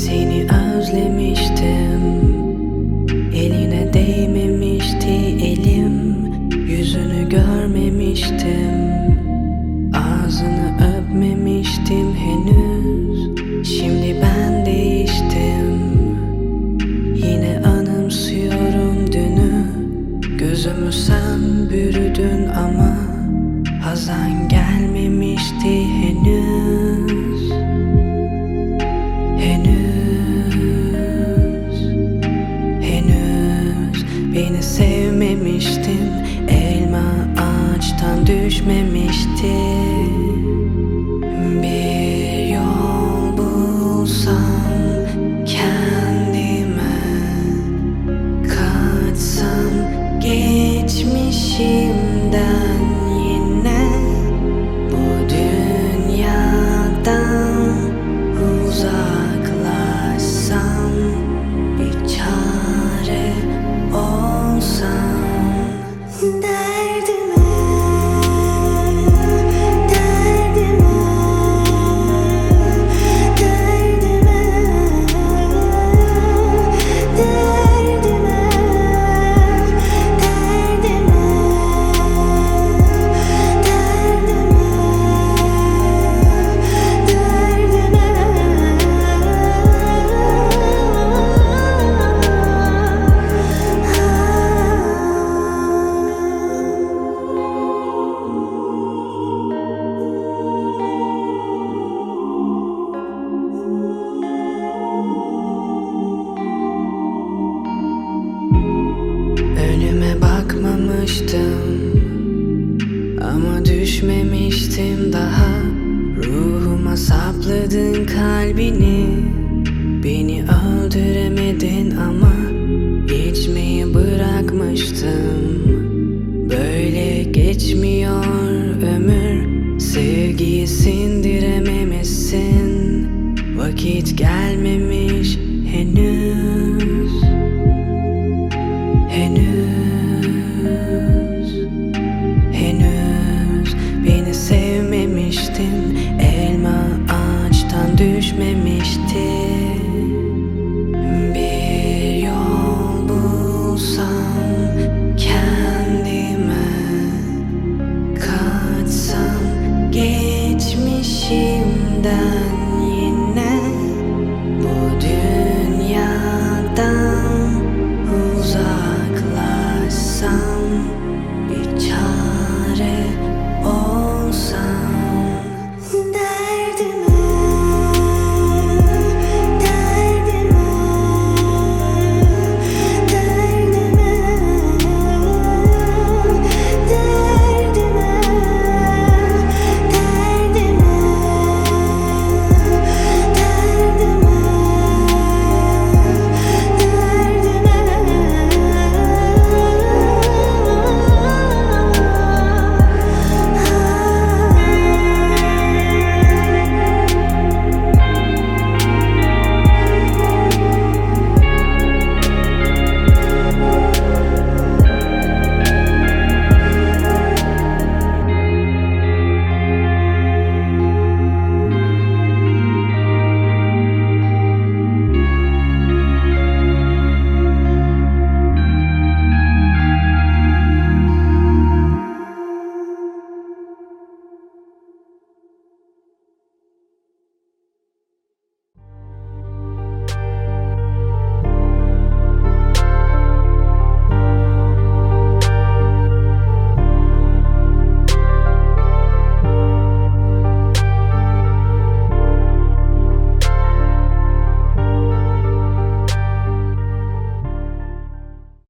Seni özlemiştim, eline değmemişti elim, yüzünü görmemiştim, ağzını öpmemiştim henüz. Şimdi ben değiştim, yine anımsıyorum dünü. Gözümü sen bürüdün ama hazan gelmemişti henüz. Henüz beni sevmemiştin, elma ağaçtan düşmemişti. Bir yol bulsam kendime, kaçsam geçmişimden, yine bu dünyadan uzaklaşsam, bir çare olsam. Derdime, derdime, derdime, derdime, derdime, önüme bakmamıştım ama düşmemiştim daha. Ruhuma sapladın kalbini, beni öldüremedin ama içmeyi bırakmıştım. Böyle geçmiyor ömür, sevgiyi sindirememişsin, vakit gelmemiş.